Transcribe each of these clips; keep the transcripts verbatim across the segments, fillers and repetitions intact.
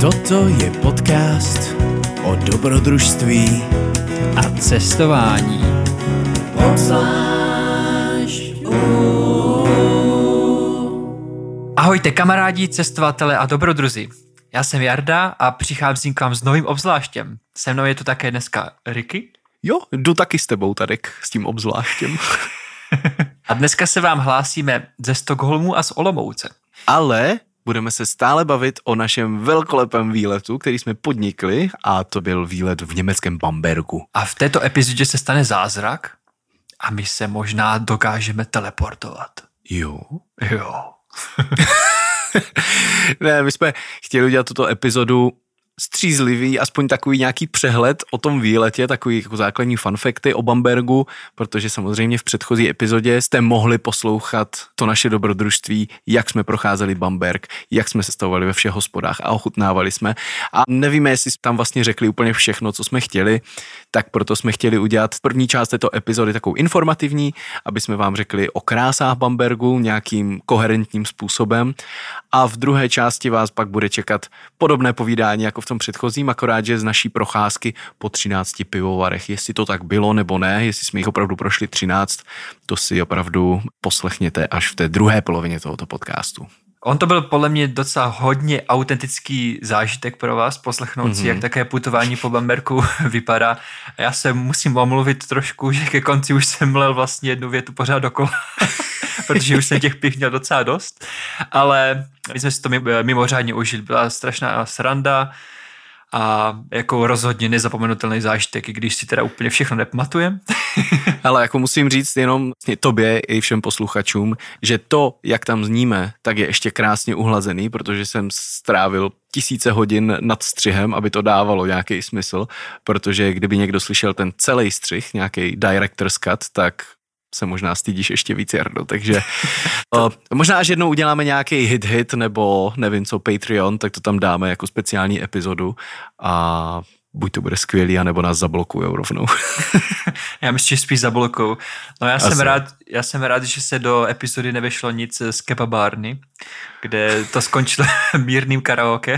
Toto je podcast o dobrodružství a cestování. Ahojte kamarádi, cestovatelé a dobrodruzi. Já jsem Jarda a přicházím k vám s novým obzvláštěm. Se mnou je tu také dneska Ricky. Jo, jdu taky s tebou, Tarek, s tím obzvláštěm. A dneska se vám hlásíme ze Stockholmu a z Olomouce. Ale budeme se stále bavit o našem velkolepém výletu, který jsme podnikli, a to byl výlet v německém Bambergu. A v této epizodě se stane zázrak a my se možná dokážeme teleportovat. Jo? Jo. Ne, my jsme chtěli udělat tuto epizodu střízlivý, aspoň takový nějaký přehled o tom výletě, takový jako základní funfakty o Bambergu, protože samozřejmě v předchozí epizodě jste mohli poslouchat to naše dobrodružství, jak jsme procházeli Bamberg, jak jsme sestavovali ve všech hospodách a ochutnávali jsme. A nevíme, jestli tam vlastně řekli úplně všechno, co jsme chtěli, tak proto jsme chtěli udělat první část této epizody takovou informativní, aby jsme vám řekli o krásách Bambergu nějakým koherentním způsobem, a v druhé části vás pak bude čekat podobné povídání jako v tom předchozím, akorát, že z naší procházky po třinácti pivovarech. Jestli to tak bylo nebo ne, jestli jsme jich opravdu prošli třináct, to si opravdu poslechněte až v té druhé polovině tohoto podcastu. On to byl podle mě docela hodně autentický zážitek pro vás, poslechnout mm-hmm. si, jak také putování po Bambergu vypadá. A já se musím omluvit trošku, že ke konci už jsem mlel vlastně jednu větu pořád dokola, protože už jsem těch piv měl docela dost, ale my jsme si to mimořádně užili, byla strašná sranda a jako rozhodně nezapomenutelný zážitek, i když si teda úplně všechno nepamatujem. Ale jako musím říct jenom tobě i všem posluchačům, že to, jak tam zníme, tak je ještě krásně uhlazený, protože jsem strávil tisíce hodin nad střihem, aby to dávalo nějaký smysl, protože kdyby někdo slyšel ten celý střih, nějaký director's cut, tak se možná stydíš ještě víc, Jardo, takže uh, možná, až jednou uděláme nějaký hit-hit nebo nevím co, Patreon, tak to tam dáme jako speciální epizodu a buď to bude skvělý, anebo nás zablokujou rovnou. Já myslím, že spíš zablokujou. No já jsem, rád, já jsem rád, že se do epizody nevešlo nic z kebabárny, kde to skončilo mírným karaoke.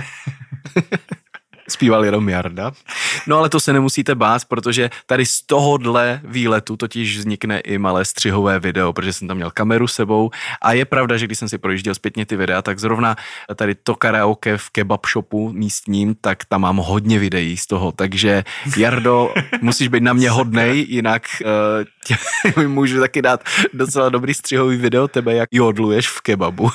Zpíval jenom Jarda. No ale to se nemusíte bát, protože tady z tohohle výletu totiž vznikne i malé střihové video, protože jsem tam měl kameru sebou a je pravda, že když jsem si projížděl zpětně ty videa, tak zrovna tady to karaoke v kebab shopu místním, tak tam mám hodně videí z toho, takže Jardo, musíš být na mě hodnej, jinak uh, tě, můžu taky dát docela dobrý střihový video tebe, jak jodluješ v kebabu.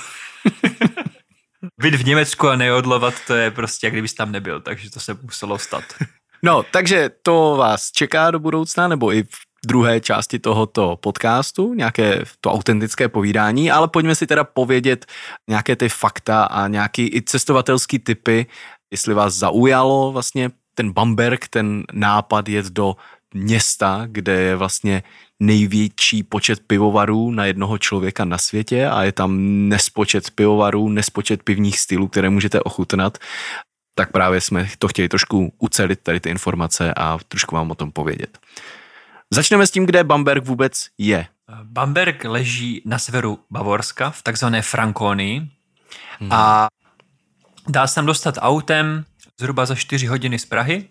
Být v Německu a nejodlovat, to je prostě, jak kdybys tam nebyl, takže to se muselo stát. No, takže to vás čeká do budoucna, nebo i v druhé části tohoto podcastu, nějaké to autentické povídání, ale pojďme si teda povědět nějaké ty fakta a nějaký i cestovatelský tipy, jestli vás zaujalo vlastně ten Bamberg, ten nápad jet do města, kde je vlastně největší počet pivovarů na jednoho člověka na světě a je tam nespočet pivovarů, nespočet pivních stylů, které můžete ochutnat, tak právě jsme to chtěli trošku ucelit tady ty informace a trošku vám o tom povědět. Začneme s tím, kde Bamberg vůbec je. Bamberg leží na severu Bavorska v takzvané Frankonii hmm. a dá se tam dostat autem zhruba za čtyři hodiny z Prahy,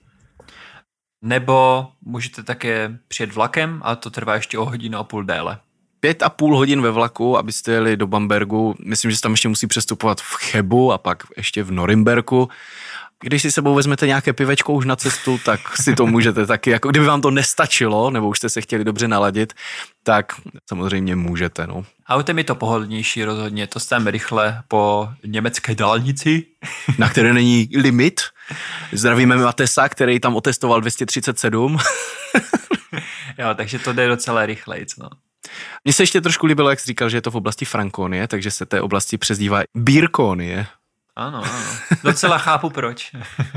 nebo můžete také přijet vlakem, ale to trvá ještě o hodinu a půl déle. Pět a půl hodin ve vlaku, abyste jeli do Bambergu. Myslím, že se tam ještě musí přestupovat v Chebu a pak ještě v Norimberku. Když si sebou vezmete nějaké pivečko už na cestu, tak si to můžete taky, jako kdyby vám to nestačilo, nebo už jste se chtěli dobře naladit, tak samozřejmě můžete, no. Autem je to pohodlnější rozhodně, to staneme rychle po německé dálnici. Na které není limit. Zdravíme Matesa, který tam otestoval dvě stě třicet sedm. Jo, takže to jde docela rychlejc, no. Mně se ještě trošku líbilo, jak jsi říkal, že je to v oblasti Frankonie, takže se té oblasti přezdívá Bírkonie. Ano, ano. Docela chápu proč.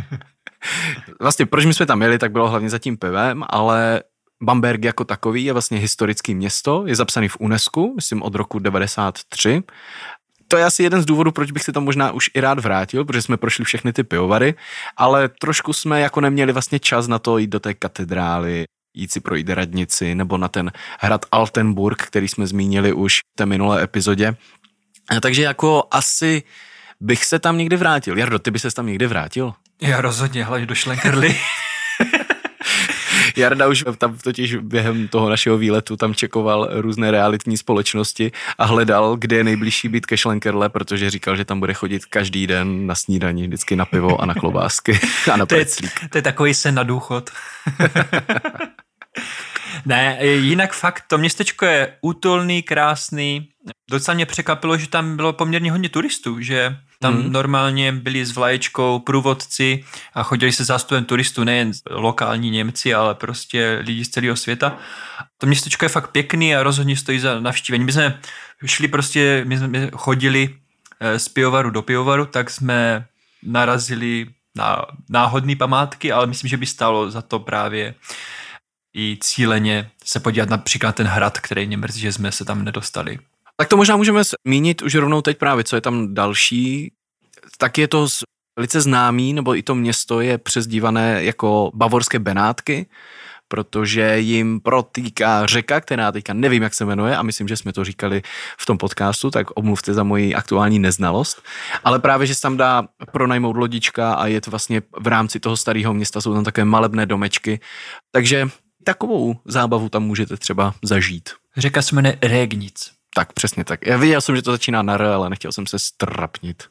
Vlastně proč my jsme tam jeli, tak bylo hlavně za tím pivem, ale Bamberg jako takový je vlastně historické město, je zapsaný v UNESCO, myslím od roku devadesát tři. To je asi jeden z důvodů, proč bych si to možná už i rád vrátil, protože jsme prošli všechny ty pivovary, ale trošku jsme jako neměli vlastně čas na to jít do té katedrály, jít si projít radnici nebo na ten hrad Altenburg, který jsme zmínili už v té minulé epizodě. Takže jako asi bych se tam někdy vrátil. Jardo, ty by ses tam někdy vrátil? Já rozhodně, hlavně do Šlenkerly. Jarda už tam totiž během toho našeho výletu tam čekoval různé realitní společnosti a hledal, kde je nejbližší být ke Šlenkerle, protože říkal, že tam bude chodit každý den na snídani, vždycky na pivo a na klobásky a na peclík. To, to je takový sen na důchod. Ne, jinak fakt to městečko je útulný, krásný. Docela mě překvapilo, že tam bylo poměrně hodně turistů, že tam mm. normálně byli s vlaječkou průvodci a chodili se zástupem turistů, nejen lokální Němci, ale prostě lidi z celého světa. To městečko je fakt pěkný a rozhodně stojí za navštívení. My jsme šli prostě, my jsme chodili z pivovaru do pivovaru, tak jsme narazili na náhodné památky, ale myslím, že by stálo za to právě i cíleně se podívat například ten hrad, který mě mrzí, že jsme se tam nedostali. Tak to možná můžeme zmínit už rovnou teď právě, co je tam další. Tak je to velice známý, nebo i to město je přezdívané jako Bavorské Benátky, protože jim protýká řeka, která teďka nevím, jak se jmenuje a myslím, že jsme to říkali v tom podcastu, tak omluvte za moji aktuální neznalost. Ale právě, že se tam dá pronajmout lodička a je to vlastně v rámci toho starého města, jsou tam také malebné domečky, takže takovou zábavu tam můžete třeba zažít. Řeka se jmenuje Regnic. Tak, přesně tak. Já viděl jsem, že to začíná na R, ale nechtěl jsem se strapnit.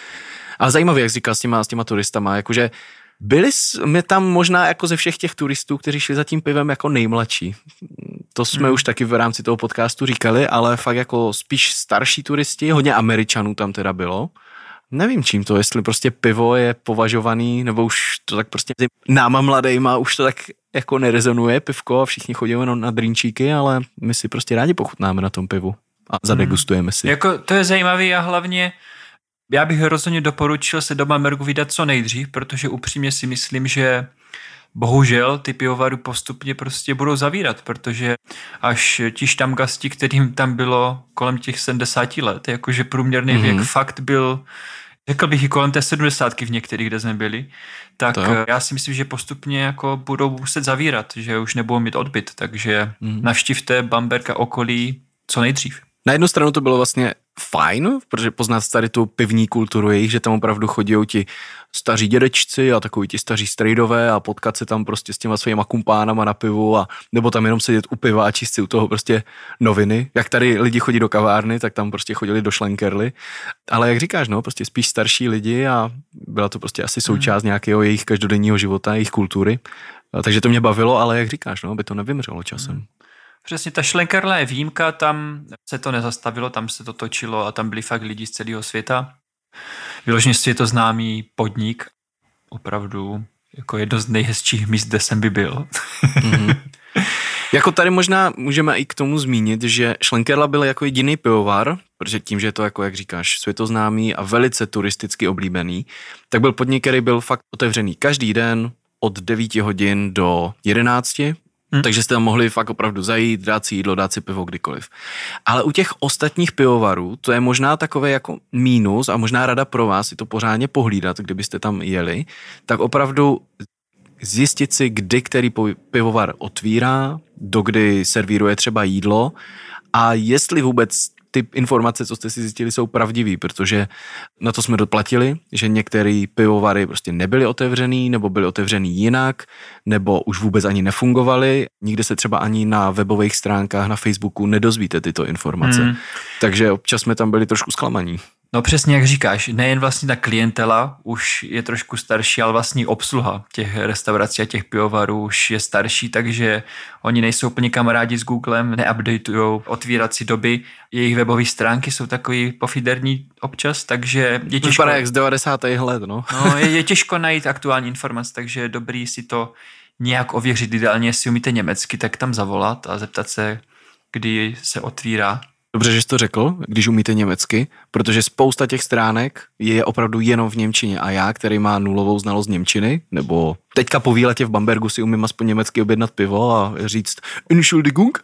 Ale zajímavě, jak říkal s těma, s těma turistama, jakože byli jsme tam možná jako ze všech těch turistů, kteří šli za tím pivem jako nejmladší. To jsme hmm. už taky v rámci toho podcastu říkali, ale fakt jako spíš starší turisti, hodně Američanů tam teda bylo. Nevím čím to, jestli prostě pivo je považovaný, nebo už to tak prostě náma mladejma už to tak jako nerezonuje pivko a všichni chodí jenom na drinčíky, ale my si prostě rádi pochutnáme na tom pivu a zadegustujeme si. Hmm. Jako to je zajímavý a hlavně já bych rozhodně doporučil se do Bambergu vydat co nejdřív, protože upřímně si myslím, že bohužel ty pivovary postupně prostě budou zavírat, protože až ti štamgasti, kterým tam bylo kolem těch sedmdesáti let, jakože průměrný mm-hmm. věk fakt byl, řekl bych i kolem té sedmdesátky v některých, kde jsme byli, tak to. Já si myslím, že postupně jako budou muset zavírat, že už nebudou mít odbyt, takže mm. navštivte Bamberg a okolí co nejdřív. Na jednu stranu to bylo vlastně fajn, protože poznat tady tu pivní kulturu jejich, že tam opravdu chodí ti staří dědečci a takový ti staří strejdové a potkat se tam prostě s těma svýma kumpánama na pivu a nebo tam jenom sedět u piva a číst si u toho prostě noviny. Jak tady lidi chodí do kavárny, tak tam prostě chodili do Šlenkerly. Ale jak říkáš, no, prostě spíš starší lidi a byla to prostě asi součást hmm. nějakého jejich každodenního života, jejich kultury. Takže to mě bavilo, ale jak říkáš, no, by to nevymřelo časem. Hmm. Přesně, ta Šlenkerla je výjimka, tam se to nezastavilo, tam se to točilo a tam byli fakt lidi z celého světa. Vyloženě světoznámý podnik, opravdu jako jedno z nejhezčích míst, kde jsem by byl. Mm-hmm. Jako tady možná můžeme i k tomu zmínit, že Šlenkerla byl jako jediný pivovar, protože tím, že je to jako, jak říkáš, světoznámý a velice turisticky oblíbený, tak byl podnik, který byl fakt otevřený každý den od devíti hodin do jedenácti. Hmm. Takže jste tam mohli fakt opravdu zajít, dát si jídlo, dát si pivo kdykoliv. Ale u těch ostatních pivovarů, to je možná takové jako mínus a možná rada pro vás si to pořádně pohlídat, kdybyste tam jeli, tak opravdu zjistit si, kdy který pivovar otvírá, dokdy servíruje třeba jídlo a jestli vůbec ty informace, co jste si zjistili, jsou pravdivý, protože na to jsme doplatili, že některé pivovary prostě nebyly otevřený, nebo byly otevřený jinak, nebo už vůbec ani nefungovaly. Nikde se třeba ani na webových stránkách na Facebooku nedozvíte tyto informace. Hmm. Takže občas jsme tam byli trošku zklamaní. No přesně jak říkáš, nejen vlastně ta klientela už je trošku starší, ale vlastně obsluha těch restaurací a těch pivovarů už je starší, takže oni nejsou úplně kamarádi s Googlem, neupdatujou otvírací doby, jejich webové stránky jsou takový pofiderní občas, takže je těžko... Vypadá jak z devadesátých let, no. no je, je těžko najít aktuální informace, takže je dobrý si to nějak ověřit, ideálně, jestli umíte německy, tak tam zavolat a zeptat se, kdy se otvírá. Dobře, že jsi to řekl, když umíte německy, protože spousta těch stránek je opravdu jenom v němčině a já, který má nulovou znalost němčiny, nebo teďka po výletě v Bambergu si umím aspoň německy objednat pivo a říct Entschuldigung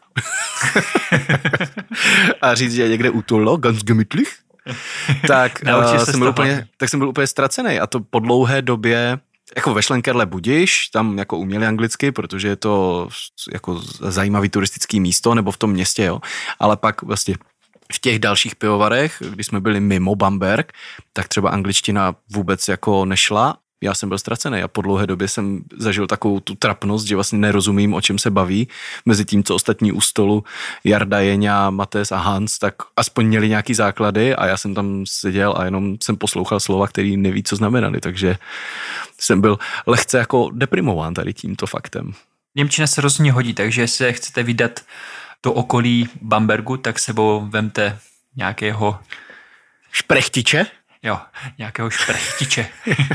a říct, že někde u Tolla, ganz gemütlich, tak, uh, jsem byl úplně, tak jsem byl úplně ztracený a to po dlouhé době jako ve Šlenkerle budiš, tam jako uměli anglicky, protože je to jako zajímavý turistický místo, nebo v tom městě, jo. Ale pak vlastně v těch dalších pivovarech, když jsme byli mimo Bamberg, tak třeba angličtina vůbec jako nešla. Já jsem byl ztracený a po dlouhé době jsem zažil takovou tu trapnost, že vlastně nerozumím, o čem se baví. Mezi tím, co ostatní u stolu, Jarda, Jeňa, Mates a Hans, tak aspoň měli nějaký základy a já jsem tam seděl a jenom jsem poslouchal slova, který neví, co znamenaly, takže jsem byl lehce jako deprimován tady tímto faktem. Němčina se rozhodně hodí, takže jestli se chcete vydat do okolí Bambergu, tak sebou vemte nějakého... Šprechtiče? Jo, nějakého šprechtiče.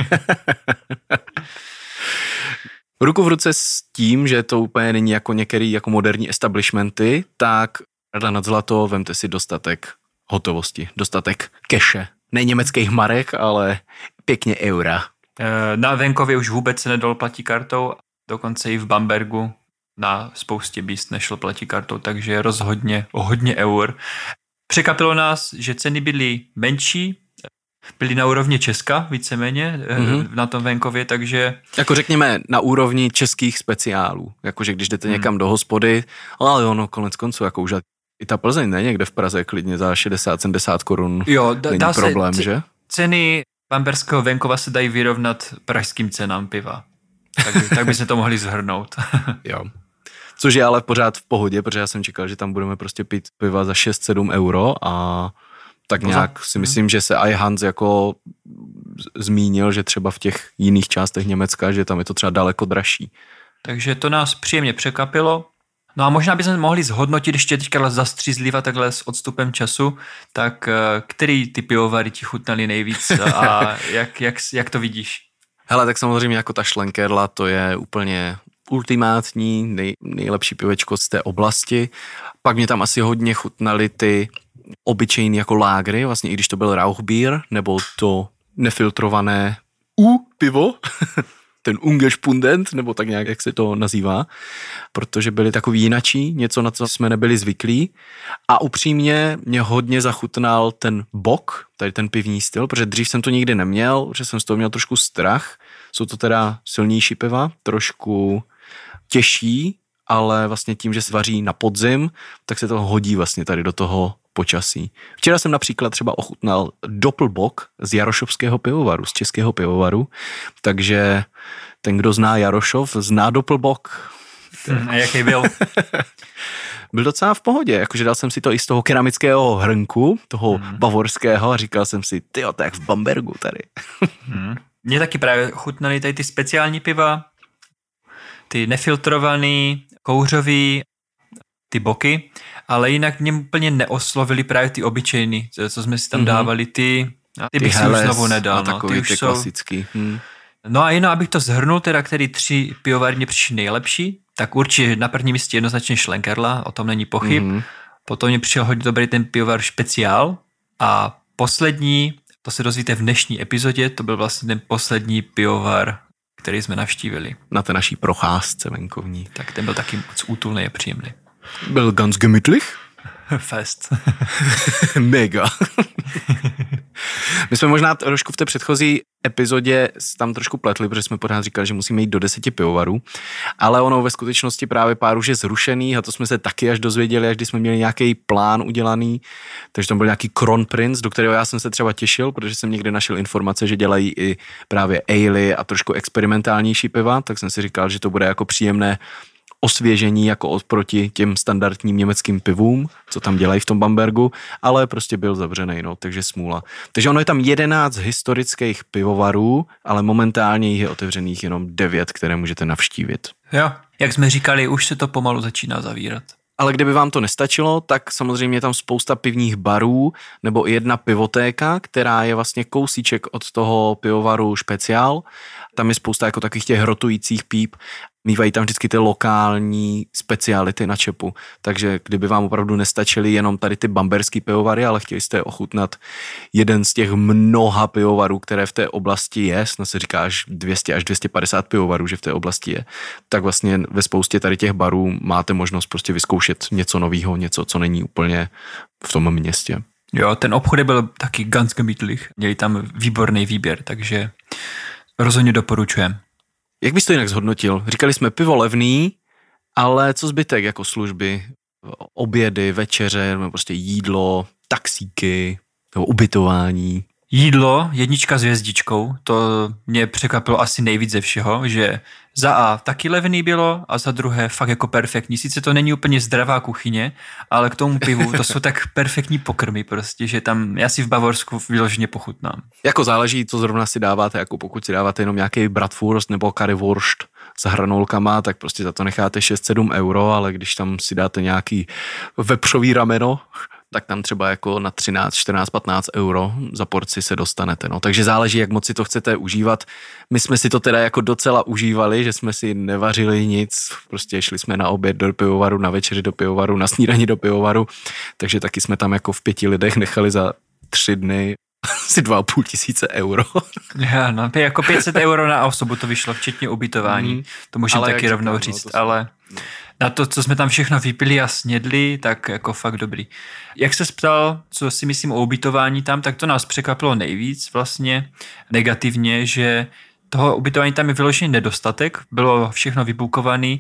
Ruku v ruce s tím, že to úplně není jako některý jako moderní establishmenty, tak rada nad zlato, vemte si dostatek hotovosti, dostatek keše. Ne německých marek, ale pěkně eura. Na venkově už vůbec se nedalo platit kartou, dokonce i v Bambergu na spoustě míst nešlo platit kartou, takže rozhodně o hodně eur. Překvapilo nás, že ceny byly menší, byly na úrovni Česka víceméně mm-hmm. na tom venkově, takže... Jako řekněme na úrovni českých speciálů, jakože když jdete někam mm. do hospody, ale ono konec konců, jako už i ta Plzeň, ne, někde v Praze klidně za šedesát sedmdesát korun jo, dá, není dá problém, se, že? Ceny bamberského venkova se dají vyrovnat pražským cenám piva. Tak, tak by se to mohli zhrnout. Jo. Což je ale pořád v pohodě, protože já jsem čekal, že tam budeme prostě pít piva za šest sedm euro a tak nějak si myslím, že se i Hans jako zmínil, že třeba v těch jiných částech Německa, že tam je to třeba daleko dražší. Takže to nás příjemně překvapilo. No a možná bychom mohli zhodnotit ještě teďka zastřízliva takhle s odstupem času, tak který ty pivovary ti chutnaly nejvíc a jak, jak, jak to vidíš? Hele, tak samozřejmě jako ta Schlenkerla, to je úplně ultimátní, nej, nejlepší pivečko z té oblasti. Pak mě tam asi hodně chutnaly ty obyčejný jako lágry, vlastně i když to byl Rauchbier, nebo to nefiltrované U pivo, ten Ungespundent, nebo tak nějak, jak se to nazývá, protože byly takový jinačí, něco, na co jsme nebyli zvyklí. A upřímně mě hodně zachutnal ten Bock, tady ten pivní styl, protože dřív jsem to nikdy neměl, že jsem z toho měl trošku strach. Jsou to teda silnější piva, trošku těžší, ale vlastně tím, že se vaří na podzim, tak se to hodí vlastně tady do toho počasí. Včera jsem například třeba ochutnal Doppelbock z Jarošovského pivovaru, z českého pivovaru, takže ten, kdo zná Jarošov, zná Doppelbock. Hmm, a jaký byl? Byl docela v pohodě, jakože dal jsem si to i z toho keramického hrnku, toho hmm. bavorského a říkal jsem si, tyjo, to jak v Bambergu tady. Hmm. Mně taky právě chutnaly tady ty speciální piva, ty nefiltrovaný, kouřový, ty boky, ale jinak mě úplně neoslovili právě ty obyčejný, co jsme si tam mm-hmm. dávali, ty, ty bych ty si už znovu nedal. No, takový ty už ty jsou... klasický. Hmm. No a jenom, abych to zhrnul, teda, který tři pivovárně přišly nejlepší, tak určitě na prvním místě jednoznačně Schlenkerla, o tom není pochyb. Mm-hmm. Potom mě přišel hodně dobrý ten pivovar Speciál a poslední, to se dozvíte v dnešní epizodě, to byl vlastně ten poslední pivovar, který jsme navštívili. Na té naší procházce venkovní. Tak ten byl taky moc útulný a příjemný. Byl ganz gemütlich? Fest. Mega. My jsme možná trošku v té předchozí epizodě tam trošku pletli, protože jsme pořád říkali, že musíme jít do deseti pivovarů, ale ono ve skutečnosti právě pár už je zrušený a to jsme se taky až dozvěděli, až když jsme měli nějaký plán udělaný, takže tam byl nějaký Kronprinz, do kterého já jsem se třeba těšil, protože jsem někde našel informace, že dělají i právě ale a trošku experimentálnější piva, tak jsem si říkal, že to bude jako příjemné osvěžení jako oproti těm standardním německým pivům, co tam dělají v tom Bambergu, ale prostě byl zavřený, no, takže smůla. Takže ono je tam jedenáct historických pivovarů, ale momentálně jich je otevřených jenom devět, které můžete navštívit. Jo, jak jsme říkali, už se to pomalu začíná zavírat. Ale kdyby vám to nestačilo, tak samozřejmě je tam spousta pivních barů nebo i jedna pivotéka, která je vlastně kousíček od toho pivovaru Speciál. Tam je spousta jako takových těch hrotujících píp. Mývají tam vždycky ty lokální speciality na čepu. Takže kdyby vám opravdu nestačily jenom tady ty bamberský pivovary, ale chtěli jste ochutnat jeden z těch mnoha pivovarů, které v té oblasti je, snad se říká až dvě stě až dvě stě padesát pivovarů, že v té oblasti je, tak vlastně ve spoustě tady těch barů máte možnost prostě vyzkoušet něco nového, něco, co není úplně v tom městě. Jo, ten obchod byl taky ganz gemütlich. Měli tam výborný výběr, takže rozhodně doporučujem. Jak bys to jinak zhodnotil? Říkali jsme pivo levný, ale co zbytek jako služby? obědy, večeře, nebo prostě jídlo, taxíky, nebo ubytování. Jídlo, jednička s hvězdičkou, to mě překvapilo asi nejvíc ze všeho, že za A taky levný bylo a za druhé fakt jako perfektní. Sice to není úplně zdravá kuchyně, ale k tomu pivu to jsou tak perfektní pokrmy prostě, že tam já si v Bavorsku vyloženě pochutnám. Jako záleží, co zrovna si dáváte, jako pokud si dáváte jenom nějaký bratwurst nebo currywurst s hranolkama, tak prostě za to necháte šest sedm euro, ale když tam si dáte nějaký vepřový rameno, tak tam třeba jako na třináct, čtrnáct, patnáct euro za porci se dostanete. No. Takže záleží, jak moc si to chcete užívat. My jsme si to teda jako docela užívali, že jsme si nevařili nic, prostě šli jsme na oběd do pivovaru, na večeři do pivovaru, na snídani do pivovaru, takže taky jsme tam jako v pěti lidech nechali za tři dny asi dva a půl tisíce euro. Já, no, jako pět set euro na osobu to vyšlo, včetně ubytování. Mm, to můžeme taky rovnou říkám, říct, no, to ale no. Na to, co jsme tam všechno vypili a snědli, tak jako fakt dobrý. Jak se ptal, co si myslím o ubytování tam, tak to nás překvapilo nejvíc vlastně negativně, že toho ubytování tam je vyložený nedostatek, bylo všechno vybukované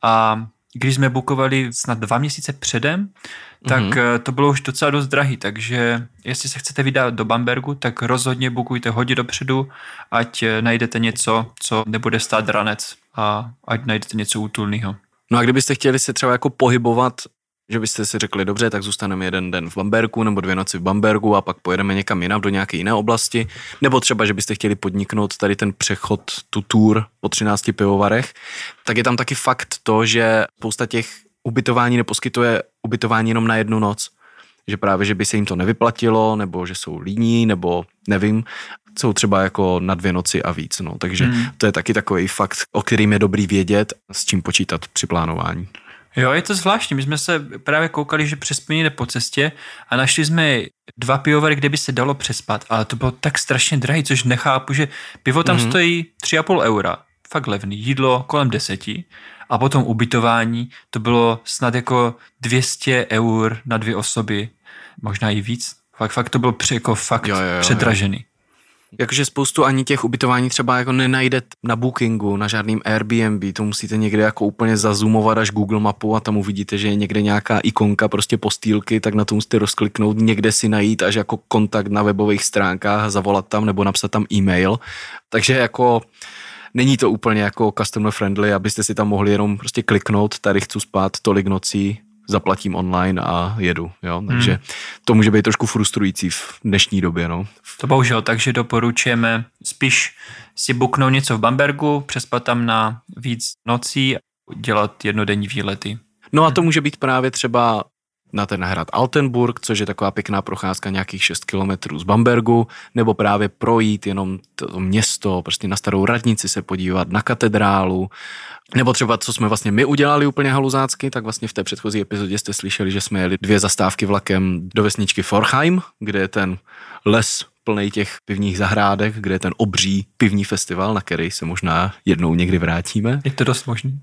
a když jsme bukovali snad dva měsíce předem, tak mm-hmm. to bylo už docela dost drahý, takže jestli se chcete vydat do Bambergu, tak rozhodně bukujte hodně dopředu, ať najdete něco, co nebude stát ranec a ať najdete něco útulného. No a kdybyste chtěli se třeba jako pohybovat, že byste si řekli, dobře, tak zůstaneme jeden den v Bambergu nebo dvě noci v Bambergu a pak pojedeme někam jinam do nějaké jiné oblasti, nebo třeba, že byste chtěli podniknout tady ten přechod, tu tour po třinácti pivovarech, tak je tam taky fakt to, že spousta těch ubytování neposkytuje ubytování jenom na jednu noc. Že právě, že by se jim to nevyplatilo, nebo že jsou líní, nebo nevím, jsou třeba jako na dvě noci a víc. No. Takže hmm. to je taky takový fakt, o kterým je dobrý vědět, s čím počítat při plánování. Jo, je to zvláštní. My jsme se právě koukali, že přespíme po cestě a našli jsme dva pivovary, kde by se dalo přespat, ale to bylo tak strašně drahý, což nechápu, že pivo tam mm-hmm. stojí tři a půl eura. Fakt levný. Jídlo kolem deseti a potom ubytování to bylo snad jako dvě stě eur na dvě osoby, možná i víc. Fakt, fakt to bylo při, jako fakt jo, jo, jo, předražený. Jo. Jakože spoustu ani těch ubytování třeba jako nenajdete na Bookingu, na žádným Airbnb, to musíte někde jako úplně zazoomovat až Google mapu a tam uvidíte, že je někde nějaká ikonka prostě postýlky, tak na to musíte rozkliknout, někde si najít až jako kontakt na webových stránkách, zavolat tam nebo napsat tam e-mail. Takže jako není to úplně jako customer friendly, abyste si tam mohli jenom prostě kliknout, tady chci spát tolik nocí, zaplatím online a jedu, jo, takže hmm. to může být trošku frustrující v dnešní době, no. To bohužel, takže doporučujeme spíš si booknout něco v Bambergu, přespat tam na víc nocí a dělat jednodenní výlety. No a to může být právě třeba na ten hrad Altenburg, což je taková pěkná procházka nějakých šest kilometrů z Bambergu, nebo právě projít jenom to město, prostě na starou radnici se podívat, na katedrálu, nebo třeba, co jsme vlastně my udělali úplně haluzácky, tak vlastně v té předchozí epizodě jste slyšeli, že jsme jeli dvě zastávky vlakem do vesničky Forchheim, kde je ten les plnej těch pivních zahrádek, kde je ten obří pivní festival, na který se možná jednou někdy vrátíme. Je to dost možný.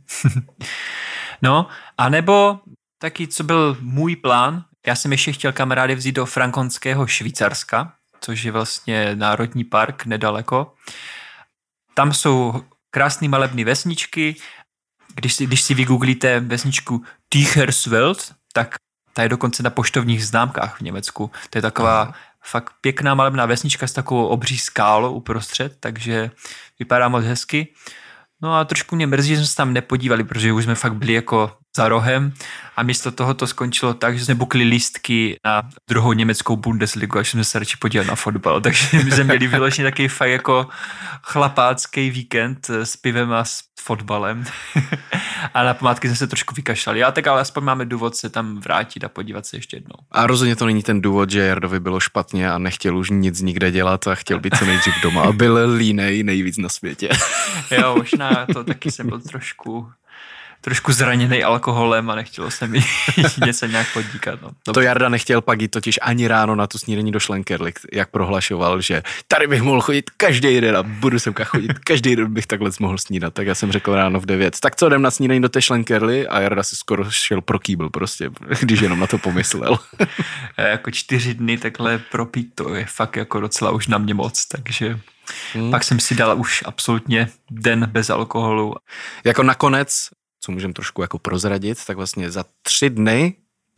No, anebo taky, co byl můj plán, já jsem ještě chtěl kamarády vzít do frankonského Švýcarska, což je vlastně národní park nedaleko. Tam jsou krásný malebný vesničky. Když si, když si vygooglíte vesničku Ticherswald, tak ta je dokonce na poštovních známkách v Německu. To je taková Aha. fakt pěkná malebná vesnička s takovou obří skálou uprostřed, takže vypadá moc hezky. No a trošku mě mrzí, že jsme se tam nepodívali, protože už jsme fakt byli jako za rohem a místo toho to skončilo tak, že jsme bukli lístky na druhou německou Bundesligu, až jsme se radši podívali na fotbal, takže my jsme měli vyložený takový fakt jako chlapácký víkend s pivem a s fotbalem a na památky jsme se trošku vykašlali. A tak ale aspoň máme důvod se tam vrátit a podívat se ještě jednou. A rozhodně to není ten důvod, že Jardovi bylo špatně a nechtěl už nic nikde dělat a chtěl být co nejdřív doma a byl línej nejvíc na světě. Jo, možná to taky jsem byl trošku trošku zraněný alkoholem a nechtělo se mi něco nějak podíkat. No. To Jarda nechtěl pak jít totiž ani ráno na tu snídaní do Schlenkerli, jak prohlašoval, že tady bych mohl chodit každý den a budu semka chodit, každý den bych takhle mohl snídat. Tak já jsem řekl ráno v devět, tak co, jdem na snídaní do té Schlenkerli a Jarda se skoro šel pro kýbl prostě, když jenom na to pomyslel. Jako čtyři dny takhle propít, to je fakt jako docela už na mě moc, takže hmm. pak jsem si dal už absolutně den bez alkoholu. Jako nakonec, co můžeme trošku jako prozradit, tak vlastně za tři dny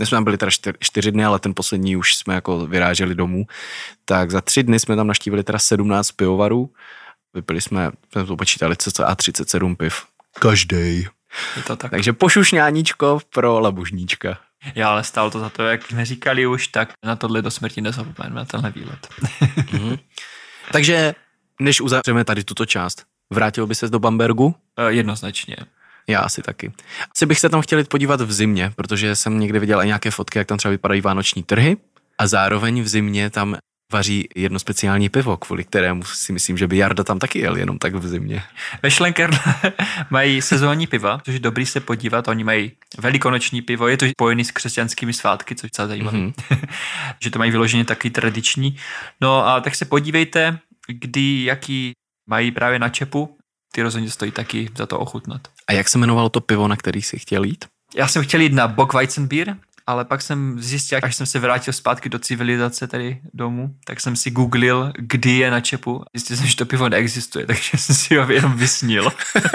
my jsme tam byli teda čtyři, čtyři dny, ale ten poslední už jsme jako vyráželi domů, tak za tři dny jsme tam naštívili teda sedmnáct pivovarů, vypili jsme, jsme to počítali cca třicet sedm piv. Každej. Je to tak. Takže pošušňáníčko pro labužníčka. Já, ale stálo to za to, jak jsme říkali už, tak na tohle do smrti nezapomeneme, na tenhle výlet. mm-hmm. Takže, než uzavřeme tady tuto část, vrátil by ses do Bambergu? E, jednoznačně. Já asi taky. Asi bych se tam chtěl jít podívat v zimě, protože jsem někdy viděl i nějaké fotky, jak tam třeba vypadají vánoční trhy a zároveň v zimě tam vaří jedno speciální pivo, kvůli kterému si myslím, že by Jarda tam taky jel, jenom tak v zimě. Ve Schlenkerle mají sezónní piva, což je dobrý se podívat. Oni mají velikonoční pivo, je to spojený s křesťanskými svátky, což je docela zajímavé. Mm-hmm. Že to mají vyloženě taky tradiční. No a tak se podívejte, kdy, jaký mají právě na čepu. Ty rozhodně stojí taky za to ochutnat. A jak se jmenovalo to pivo, na který jsi chtěl jít? Já jsem chtěl jít na Bockweizenbier, ale pak jsem zjistil, až jsem se vrátil zpátky do civilizace tady domů, tak jsem si googlil, kdy je na čepu. Zjistil jsem, že to pivo neexistuje, takže jsem si ho jenom vysnil.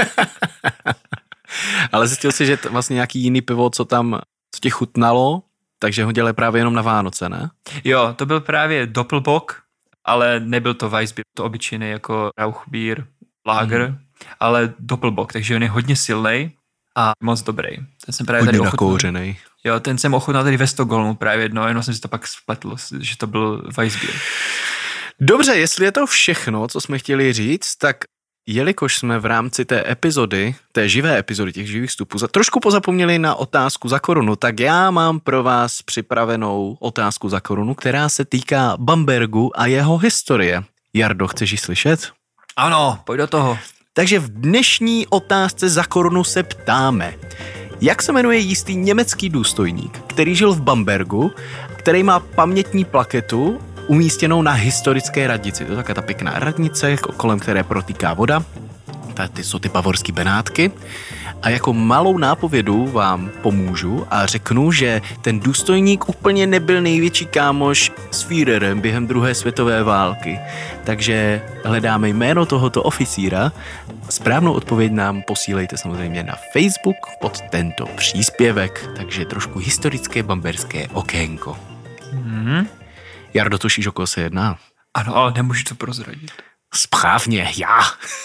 Ale zjistil jsi, že t- vlastně nějaký jiný pivo, co tam, co ti chutnalo, takže ho dělají právě jenom na Vánoce, ne? Jo, to byl právě Doppelbock, ale nebyl to Weissbier, to obyčejný jako Rauchbier, Lager, mm. ale Doppelbock, takže on je hodně silnej a moc dobrý. Ten jsem právě hodně tady ochutnal. nakouřenej. Jo, ten jsem ochutnal tady ve Stockholmu právě jedno, jenom jsem si to pak spletl, že to byl Weissbier. Dobře, jestli je to všechno, co jsme chtěli říct, tak jelikož jsme v rámci té epizody, té živé epizody, těch živých vstupů, za trošku pozapomněli na otázku za korunu, tak já mám pro vás připravenou otázku za korunu, která se týká Bambergu a jeho historie. Jardo, chceš ji slyšet? Ano, pojď do toho. Takže v dnešní otázce za korunu se ptáme, jak se jmenuje jistý německý důstojník, který žil v Bambergu, který má pamětní plaketu umístěnou na historické radnici. To je taková ta pěkná radnice, kolem které protýká voda. Ty jsou ty bavorský Benátky. A jako malou nápovědu vám pomůžu a řeknu, že ten důstojník úplně nebyl největší kámoš s Führerem během druhé světové války. Takže hledáme jméno tohoto oficíra. Správnou odpověď nám posílejte samozřejmě na Facebook pod tento příspěvek. Takže trošku historické bamberské okénko. Mm-hmm. Jardo, tušíš, o koho se jedná? Ano, ale nemůžu to prozradit. Správně, já.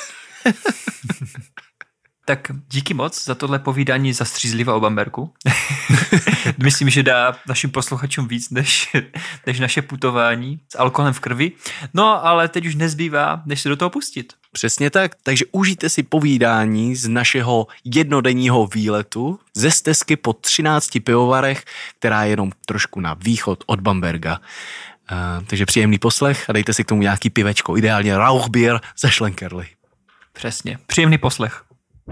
Tak díky moc za tohle povídání za střízliva o Bambergu. Myslím, že dá našim posluchačům víc než, než naše putování s alkoholem v krvi. No, ale teď už nezbývá, než se do toho pustit. Přesně tak, takže užijte si povídání z našeho jednodenního výletu ze stezky po třinácti pivovarech, která je jenom trošku na východ od Bamberga. Uh, takže příjemný poslech a dejte si k tomu nějaký pivečko, ideálně Rauchbier ze Schlenkerly. Přesně, příjemný poslech.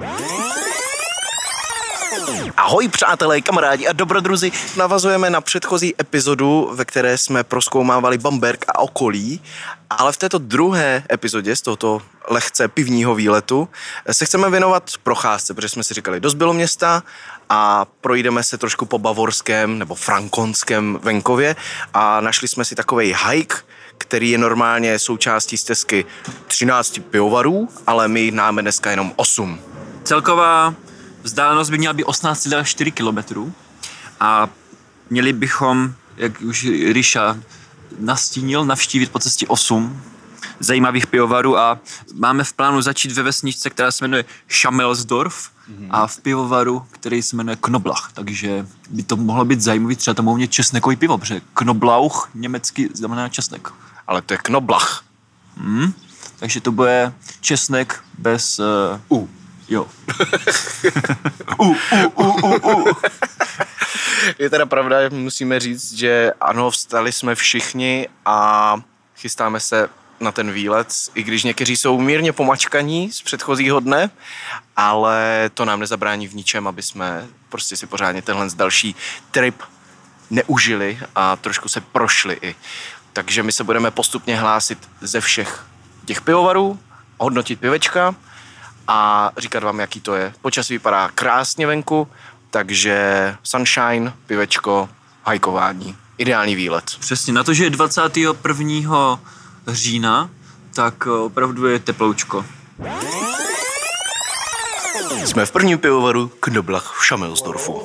Ahoj přátelé, kamarádi a dobrodruzi, navazujeme na předchozí epizodu, ve které jsme prozkoumávali Bamberg a okolí, ale v této druhé epizodě z tohoto lehce pivního výletu se chceme věnovat procházce, protože jsme si říkali, dost bylo města a projdeme se trošku po bavorském nebo frankonském venkově a našli jsme si takovej hike, který je normálně součástí stezky třinácti pivovarů, ale my máme dneska jenom osm. Celková vzdálenost by měla být osmnáct celá čtyři kilometrů a měli bychom, jak už Ríša nastínil, navštívit po cestě osm zajímavých pivovarů a máme v plánu začít ve vesničce, která se jmenuje Schamelsdorf mm-hmm. a v pivovaru, který se jmenuje Knoblauch, takže by to mohlo být zajímavý, třeba to mohlo mít česnekový pivo, protože Knoblauch německy znamená česnek. Ale to je Knoblauch. Hmm, takže to bude česnek bez uh, U. Jo. u, u, u, u, u. Je teda pravda, musíme říct, že ano, vstali jsme všichni a chystáme se na ten výlet, i když někteří jsou mírně pomačkaní z předchozího dne, ale to nám nezabrání v ničem, aby jsme prostě si pořádně tenhle další trip neužili a trošku se prošli i. Takže my se budeme postupně hlásit ze všech těch pivovarů, hodnotit pivečka a říkat vám, jaký to je. Počasí vypadá krásně venku, takže sunshine, pivečko, hajkování. Ideální výlet. Přesně, na to, že je dvacátého prvního října, tak opravdu je teploučko. Jsme v prvním pivovaru Knoblauch v Schamelsdorfu.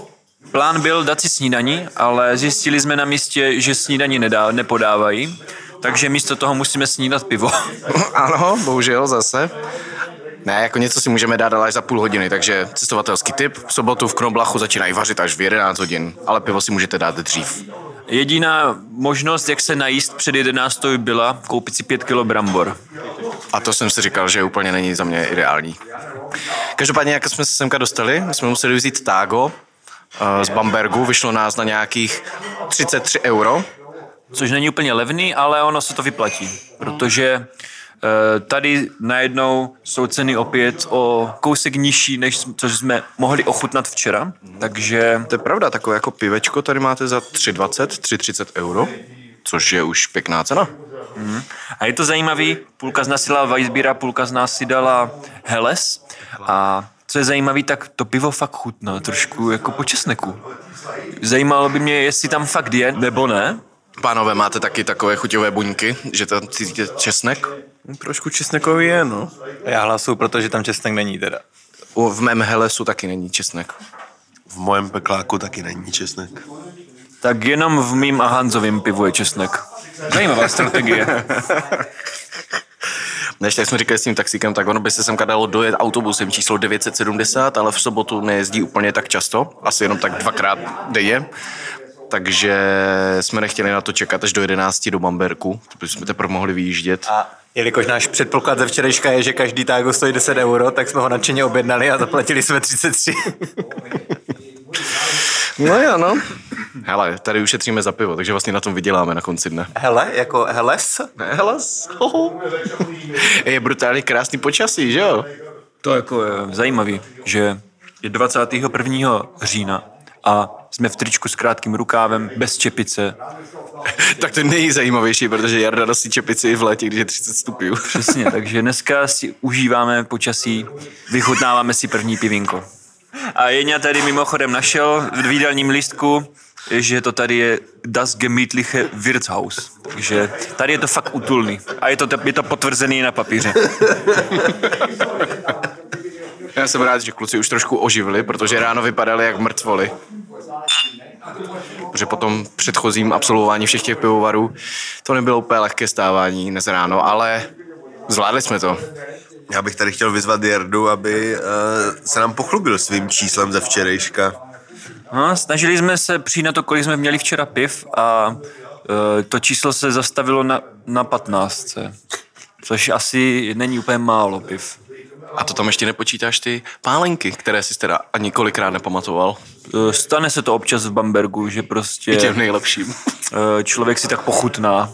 Plán byl dát si snídani, ale zjistili jsme na místě, že snídani nedá, nepodávají, takže místo toho musíme snídat pivo. Ano, bohužel zase. Ne, jako něco si můžeme dát ale až za půl hodiny, takže cestovatelský tip. V sobotu v Knoblachu začínají vařit až v jedenáct hodin, ale pivo si můžete dát dřív. Jediná možnost, jak se najíst před jedenáctou byla koupit si pět kilo brambor. A to jsem si říkal, že úplně není za mě ideální. Každopádně, jak jsme se semka dostali, my jsme museli vzít tágo z Bambergu, vyšlo nás na nějakých třicet tři euro. Což není úplně levný, ale ono se to vyplatí, protože tady najednou jsou ceny opět o kousek nižší, než což jsme mohli ochutnat včera, takže... To je pravda, takové jako pivečko tady máte za tři dvacet, tři třicet euro, což je už pěkná cena. Mm. A je to zajímavý, půlka z nás si dala Weissbiera, půlka z nás si dala Helles a co je zajímavý, tak to pivo fakt chutná trošku jako po česneku. Zajímalo by mě, jestli tam fakt je, nebo ne. Pánové, máte taky takové chuťové buňky, že tam cítíte česnek? Trošku česnekový je, no. Já hlasuju, protože tam česnek není teda. O, v mém Hellesu taky není česnek. V mojem pekláku taky není česnek. Tak jenom v mým a Hanzovým pivu je česnek. Zajímavá strategie. Než tak jsme říkali s tím taxíkem, tak ono by se semka dalo dojet autobusem číslo devět set sedmdesát, ale v sobotu nejezdí úplně tak často, asi jenom tak dvakrát denně. Takže jsme nechtěli na to čekat až do jedenácti do Bamberku, protože jsme teprve mohli vyjíždět. A jelikož náš předpoklad ze včerejška je, že každý tágo stojí deset euro, tak jsme ho nadšeně objednali a zaplatili jsme třicet tři. No jo, no. Hele, tady ušetříme za pivo, takže vlastně na tom vyděláme na konci dne. Hele, jako Helles? Helles? Je brutálně krásný počasí, že jo? To jako je zajímavý, že je dvacátého prvního října a jsme v tričku s krátkým rukávem, bez čepice. Tak to není zajímavější, protože Jarda nosí čepici i v létě, když je třicet stupňů. Přesně, takže dneska si užíváme počasí, vychutnáváme si první pivínko. A Jeňa tady mimochodem našel v výdalním lístku, že to tady je Das Gemütliche Wirtshaus. Takže tady je to fakt útulný. A je to, je to potvrzený na papíře. Já jsem rád, že kluci už trošku oživili, protože ráno vypadali jak mrtvoli. Protože po tom předchozím absolvování všech těch pivovarů to nebylo úplně lehké stávání dnes ráno, ale zvládli jsme to. Já bych tady chtěl vyzvat Jardu, aby uh, se nám pochlubil svým číslem ze včerejška. No, snažili jsme se přijít na to, kolik jsme měli včera piv a uh, to číslo se zastavilo na, na patnáctce, což asi není úplně málo piv. A to tam ještě nepočítáš ty pálenky, které jsi teda ani kolikrát nepamatoval. Stane se to občas v Bambergu, že prostě... I těm nejlepším. Člověk si tak pochutná.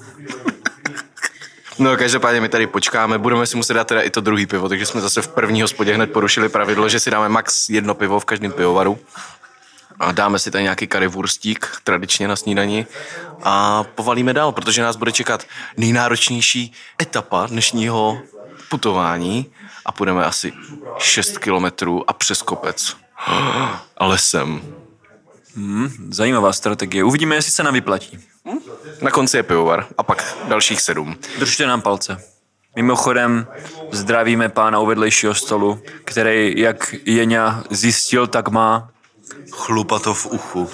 No každopádně my tady počkáme, budeme si muset dát teda i to druhý pivo, takže jsme zase v první hospodě hned porušili pravidlo, že si dáme max jedno pivo v každém pivovaru. A dáme si tady nějaký currywurstík, tradičně na snídani a povalíme dál, protože nás bude čekat nejnáročnější etapa dnešního putování a půjdeme asi šest kilometrů a přes kopec. A lesem. Hmm, zajímavá strategie. Uvidíme, jestli se nám vyplatí. Na konci je pivovar a pak dalších sedm. Držte nám palce. Mimochodem zdravíme pána u vedlejšího stolu, který, jak Jeňa zjistil, tak má chlupato v uchu.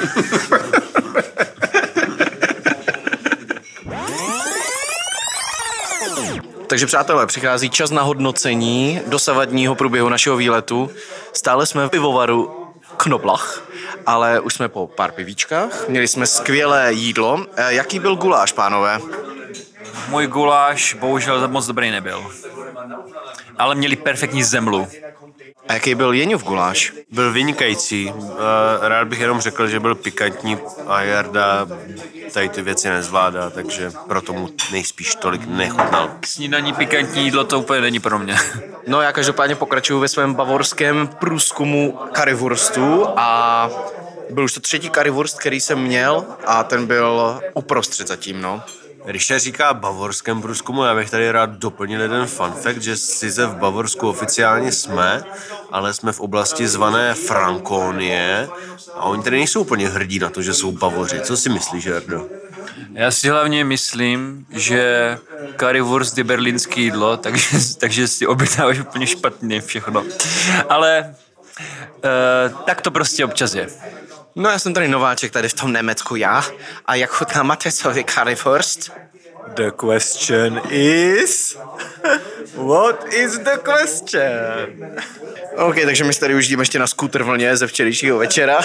Takže přátelé, přichází čas na hodnocení dosavadního průběhu našeho výletu. Stále jsme v pivovaru Knoblach, ale už jsme po pár pivíčkách. Měli jsme skvělé jídlo. Jaký byl guláš, pánové? Můj guláš bohužel moc dobrý nebyl. Ale měli perfektní zemlu. A jaký byl Jeňův guláš? Byl vynikající. Rád bych jenom řekl, že byl pikantní a Jarda tady ty věci nezvládá, takže proto mu nejspíš tolik nechutnal. Snídaní pikantní jídlo to úplně není pro mě. No já každopádně pokračuju ve svém bavorském průzkumu currywurstu a byl už to třetí currywurst, který jsem měl a ten byl uprostřed zatím, no. Když se říká bavorském průzkumu, já bych tady rád doplnil jeden fun fact, že sice v Bavorsku oficiálně jsme, ale jsme v oblasti zvané Frankonie a oni tady nejsou úplně hrdí na to, že jsou Bavoři. Co si myslíš, Jardo? Já si hlavně myslím, že currywurst je berlínský jídlo, takže, takže si objednáváš úplně špatně všechno. Ale e, tak to prostě občas je. No já jsem tady nováček tady v tom Německu já. A jak chutná Matesový currywurst? The question is... What is the question? OK, takže my se tady už jdeme ještě na skútr vlně ze včerejšího večera.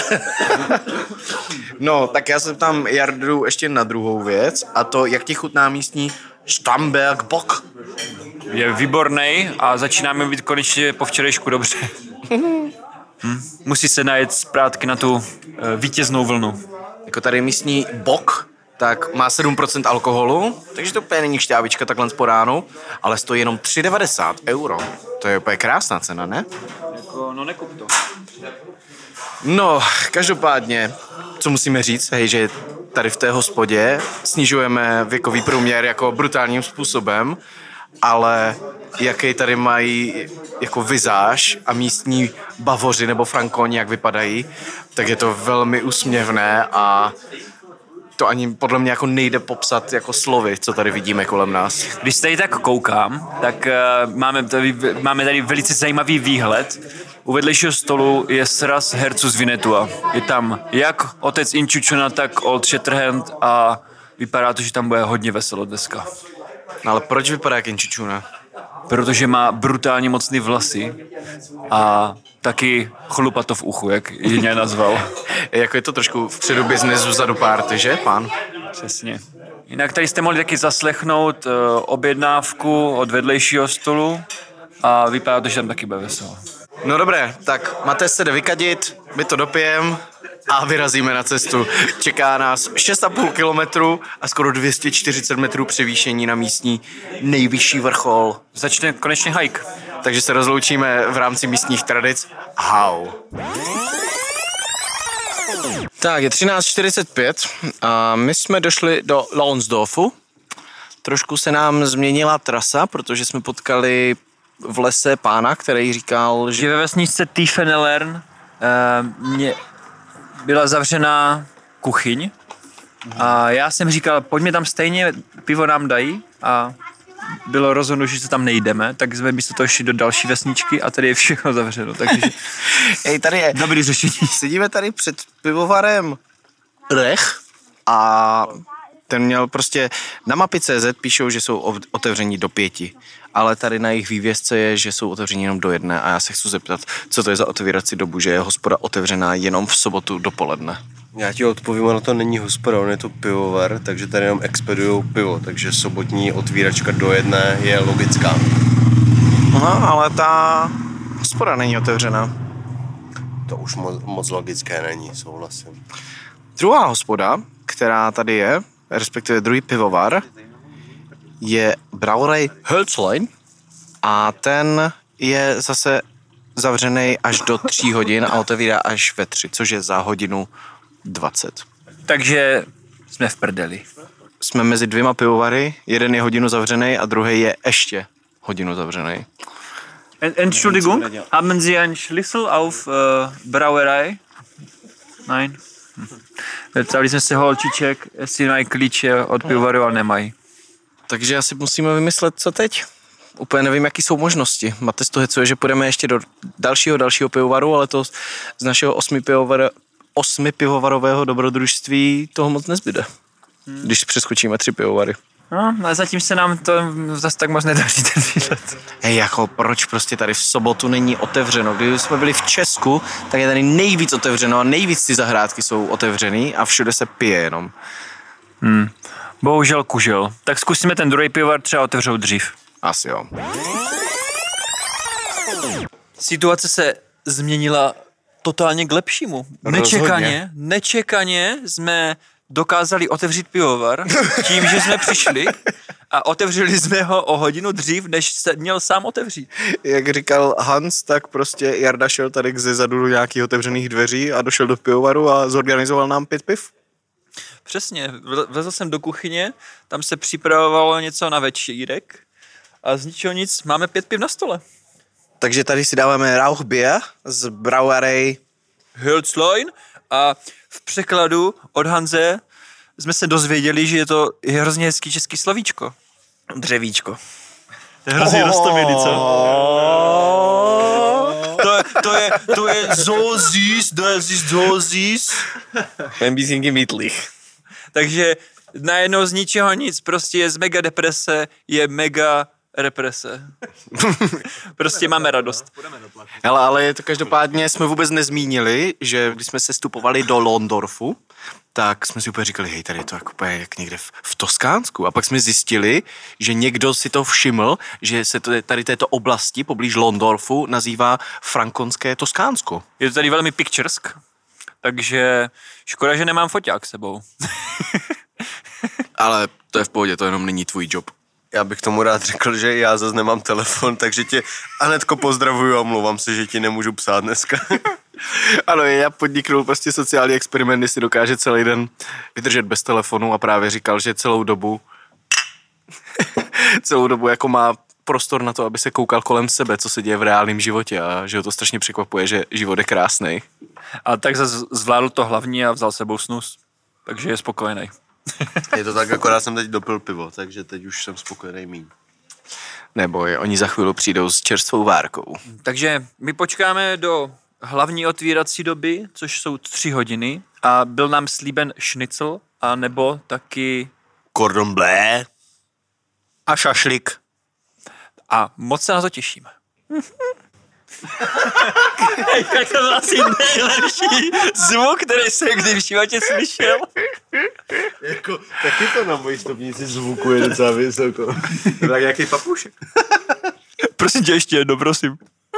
No, tak já se tam Jardu ještě na druhou věc. A to, jak ti chutná místní Stamberg Bock? Je výborný a začínáme být konečně po včerejšku dobře. hm. Musí se najet zpátky na tu uh, vítěznou vlnu. Jako tady místní Bock, tak má sedm procent alkoholu, takže to úplně není šťávička takhle po ránu, ale stojí jenom tři devadesát euro. To je úplně krásná cena, ne? Jako, no nekup to. No, každopádně, co musíme říct, hej, že tady v té hospodě snižujeme věkový průměr jako brutálním způsobem, ale jaký tady mají jako vizáž a místní bavoři nebo frankoni, jak vypadají, tak je to velmi úsměvné a to ani podle mě jako nejde popsat jako slovy, co tady vidíme kolem nás. Když tady tak koukám, tak uh, máme, tady, máme tady velice zajímavý výhled. U vedlejšího stolu je sraz herců z Vinetua. Je tam jak otec Inčučona, tak Old Shatterhand a vypadá to, že tam bude hodně veselo dneska. No ale proč vypadá jak Inčičuna? Protože má brutálně mocný vlasy a taky chlupato v uchu, jak jině nazval. Jako je to trošku vpředu business, vzadu party, že, pán? Přesně. Jinak tady jste mohli taky zaslechnout uh, objednávku od vedlejšího stolu a vypadá to, že tam taky bude veselo. No dobré, tak máte se jde vykadit, my to dopijem a vyrazíme na cestu. Čeká nás šest a půl kilometru a skoro dvě stě čtyřicet metrů převýšení na místní nejvyšší vrchol. Začne konečně hike. Takže se rozloučíme v rámci místních tradic. Hau. Tak, je třináct čtyřicet pět a my jsme došli do Launsdorfu. Trošku se nám změnila trasa, protože jsme potkali v lese pána, který říkal, že... Že ve vesničce Tiefenelern uh, mě byla zavřená kuchyň a já jsem říkal, pojďme tam stejně, pivo nám dají a bylo rozhodnuto, že se tam nejdeme, tak jsme místo toho šli do další vesničky a tady je všechno zavřeno, takže Ej, tady je... dobrý řešení. Sedíme tady před pivovarem Rech a ten měl prostě na mapy tečka cé zet píšou, že jsou otevření do pěti, ale tady na jejich vývězce je, že jsou otevření jenom do jedné a já se chci zeptat, co to je za otevírací dobu, že je hospoda otevřená jenom v sobotu dopoledne. Já ti odpovím, ono to není hospoda, ono je to pivovar, takže tady jenom expedujou pivo, takže sobotní otvíračka do jedné je logická. No, ale ta hospoda není otevřená. To už moc, moc logické není, souhlasím. Druhá hospoda, která tady je, respektive druhý pivovar, je Brauerei Hölzlein a ten je zase zavřený až do tří hodin a otevírá až ve tři, což je za hodinu dvacet. Takže jsme v prdeli. Jsme mezi dvěma pivovary, jeden je hodinu zavřený a druhý je ještě hodinu zavřený. Entschuldigung, haben Sie einen Schlüssel auf uh, Brauerei? Nein. Hm. Ptali jsme se holčiček, jestli mají klíče od pivovaru, ale nemají. Takže asi musíme vymyslet, co teď. Úplně nevím, jaký jsou možnosti. Máte z toho hecuje, že půjdeme ještě do dalšího, dalšího pivovaru, ale to z našeho osmi, pivovar, osmi pivovarového dobrodružství toho moc nezbyde. Hmm. Když přeskočíme tři pivovary. No, ale zatím se nám to zase tak moc nedaří ten výlet. Hej, jako proč prostě tady v sobotu není otevřeno? Když jsme byli v Česku, tak je tady nejvíc otevřeno a nejvíc ty zahrádky jsou otevřený a všude se pije jenom. Hmm. Bohužel kužel. Tak zkusíme ten druhý pivovar třeba otevřou dřív. Asi jo. Situace se změnila totálně k lepšímu. Nečekaně, Rozhodně. nečekaně jsme dokázali otevřít pivovar tím, že jsme přišli a otevřeli jsme ho o hodinu dřív, než se měl sám otevřít. Jak říkal Hans, tak prostě Jarda šel tady ze zadu do nějakých otevřených dveří a došel do pivovaru a zorganizoval nám pět piv. Přesně, vlezl jsem do kuchyně, tam se připravovalo něco na večírek a z ničeho nic máme pět piv na stole. Takže tady si dáváme Rauchbier z Brauerei Hölzlein a v překladu od Hanze jsme se dozvěděli, že je to hrozně hezký český slovíčko. Dřevíčko. To je hrozně roztomilý, co? To, to je, to je zoozis, to je zoozis. Pembízinky mýtlých. Takže najednou z ničeho nic, prostě je z mega deprese, je mega represe. Prostě máme radost. Hele, ale to každopádně jsme vůbec nezmínili, že když jsme se stupovali do Londorfu, tak jsme si úplně říkali, hej, tady je to jako úplně jak někde v, v Toskánsku. A pak jsme zjistili, že někdo si to všiml, že se to, tady této oblasti poblíž Londorfu nazývá frankonské Toskánsko. Je to tady velmi picturesk, takže škoda, že nemám foťák s sebou. Ale to je v pohodě, to jenom není tvůj job. Já bych tomu rád řekl, že já zase nemám telefon, takže tě, Anetko, pozdravuju a omlouvám se, že ti nemůžu psát dneska. Ano, já podniknul prostě sociální experiment, jestli dokáže celý den vydržet bez telefonu a právě říkal, že celou dobu celou dobu jako má prostor na to, aby se koukal kolem sebe, co se děje v reálném životě a že ho to strašně překvapuje, že život je krásný. A tak zase zvládl to hlavní a vzal sebou snus, takže je spokojený. Je to tak, akorát jsem teď dopil pivo, takže teď už jsem spokojený míň. Neboj, oni za chvíli přijdou s čerstvou várkou. Takže my počkáme do hlavní otvírací doby, což jsou tři hodiny a byl nám slíben šnicl a nebo taky Cordon bleu. A šašlik. a moc se na to těšíme. Jak to byl asi nejlepší zvuk, který jsem kdy v životě slyšel. Jako, taky to na mojí stupnici zvuku je docela vysoko. Tak jaký papušek. Prosím tě ještě jedno, prosím.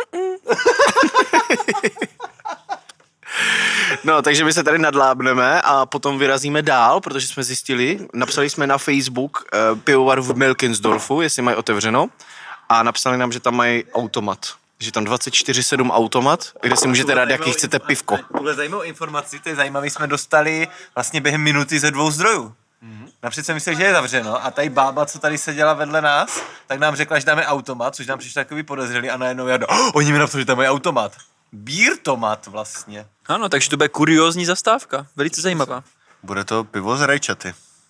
No, takže my se tady nadlábneme a potom vyrazíme dál, protože jsme zjistili, napsali jsme na Facebook uh, pivovar v Milkinsdorfu, jestli mají otevřeno, a napsali nám, že tam mají automat. Že tam dvacet čtyři sedm automat, kde si můžete dát, jaký chcete pivko. Tuhle zajímavou informaci, to je zajímavý, jsme dostali vlastně během minuty ze dvou zdrojů. Mm-hmm. Napřed jsem myslel, že je zavřeno a tady bába, co tady seděla vedle nás, tak nám řekla, že tam je automat, což nám přišlo takový podezřelý a najednou já, oh, oni mi napsali, že tam je automat. Bírtomat vlastně. Ano, takže to bude kuriózní zastávka, velice zajímavá. Bude to pivo z rajčaty.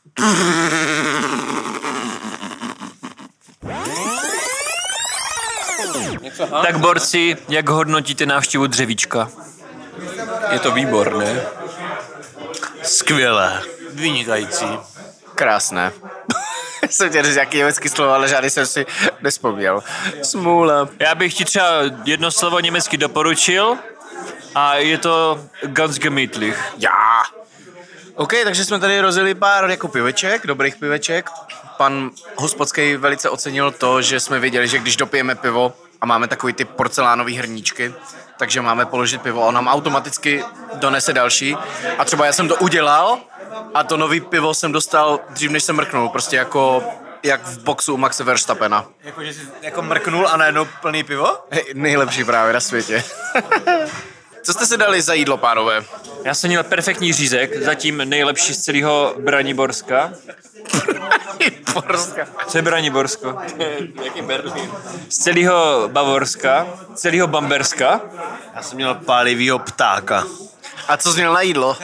Tak borci, jak hodnotíte návštěvu Dřevíčka? Je to výborné. Skvělé. Vynikající. Krásné. Jsem tě říct, jaký německý slovo, ale žádný jsem si nespomněl. Smůla. Já bych ti třeba jedno slovo německy doporučil a je to ganz gemütlich. Já. OK, takže jsme tady rozjeli pár jako piveček, dobrých piveček. Pan hospodský velice ocenil to, že jsme věděli, že když dopijeme pivo a máme takový ty porcelánový hrníčky, takže máme položit pivo a on nám automaticky donese další. A třeba já jsem to udělal a to nový pivo jsem dostal dřív, než jsem mrknul, prostě jako jak v boxu u Maxe Verstappena. Jako, že jsi jako mrknul a najednou plný pivo? Hej, nejlepší právě na světě. Co jste si dali za jídlo, pánové? Já jsem měl perfektní řízek, zatím nejlepší z celého Braniborska. Braniborska. Co je Braniborsko? Jaký Berlín? Z celého Bavorska, celého Bamberska. Já jsem měl pálivýho ptáka. A co jsi měl na jídlo?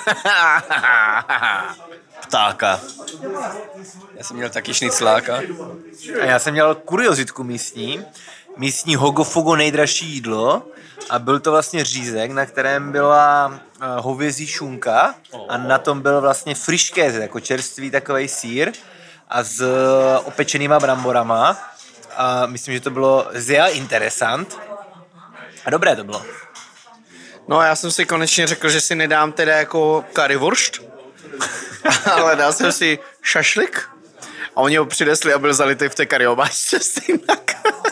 Ptáka. Já jsem měl taky šnicláka. A já jsem měl kuriozitku místní. Místní hogofogo nejdražší jídlo. A byl to vlastně řízek, na kterém byla uh, hovězí šunka a na tom byl vlastně friškéze, jako čerstvý takovej sýr a s uh, opečenýma bramborama. A myslím, že to bylo sehr interessant. A dobré to bylo. No já jsem si konečně řekl, že si nedám teda jako currywurst, ale dal jsem si šašlik a oni ho přinesli a byl zalitý v té curryobáčce stejnak.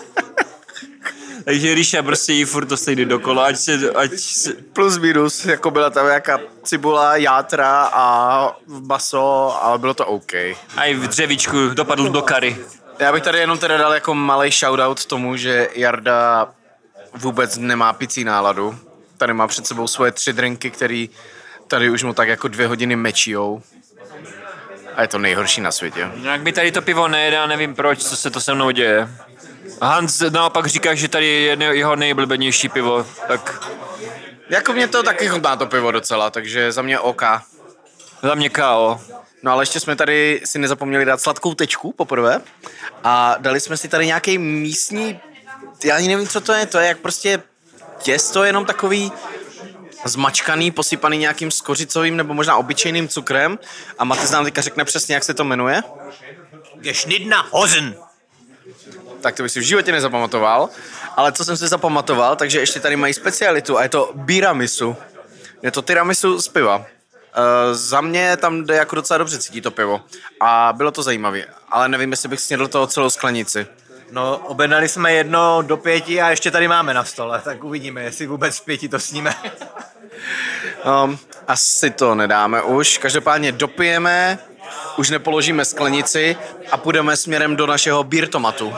Takže Ríša prostě jí furt to stejný dokola, ať se, ať se... Plus minus, jako byla tam nějaká cibula, játra a maso, ale bylo to OK. A i v Dřevíčku dopadl do kary. Já bych tady jenom teda dal jako malej shoutout tomu, že Jarda vůbec nemá picí náladu. Tady má před sebou svoje tři drinky, který tady už mu tak jako dvě hodiny mečijou. A je to nejhorší na světě. Jak mi tady to pivo nejde, a nevím proč, co se to se mnou děje. Hans naopak říká, že tady je jeho nejoblíbenější pivo, tak Jako mě to taky chutná to pivo docela, takže za mě OK. za mě K O. No ale ještě jsme tady si nezapomněli dát sladkou tečku poprvé a dali jsme si tady nějaký místní, já ani nevím, co to je, to je jak prostě těsto je jenom takový zmačkaný, posypaný nějakým skořicovým nebo možná obyčejným cukrem a Matej nám teďka řekne přesně, jak se to jmenuje. Geschnittena Hosen. Tak to bych si v životě nezapamatoval, ale co jsem si zapamatoval, takže ještě tady mají specialitu a je to biramisu. Je to tiramisu z piva. E, za mě tam jde jako docela dobře cítí to pivo a bylo to zajímavé, ale nevím, jestli bych snědl toho celou sklenici. No, objednali jsme jedno do pěti a ještě tady máme na stole, tak uvidíme, jestli vůbec v pěti to sníme. Um, asi to nedáme už, každopádně dopijeme, už nepoložíme sklenici a půjdeme směrem do našeho biertomatu.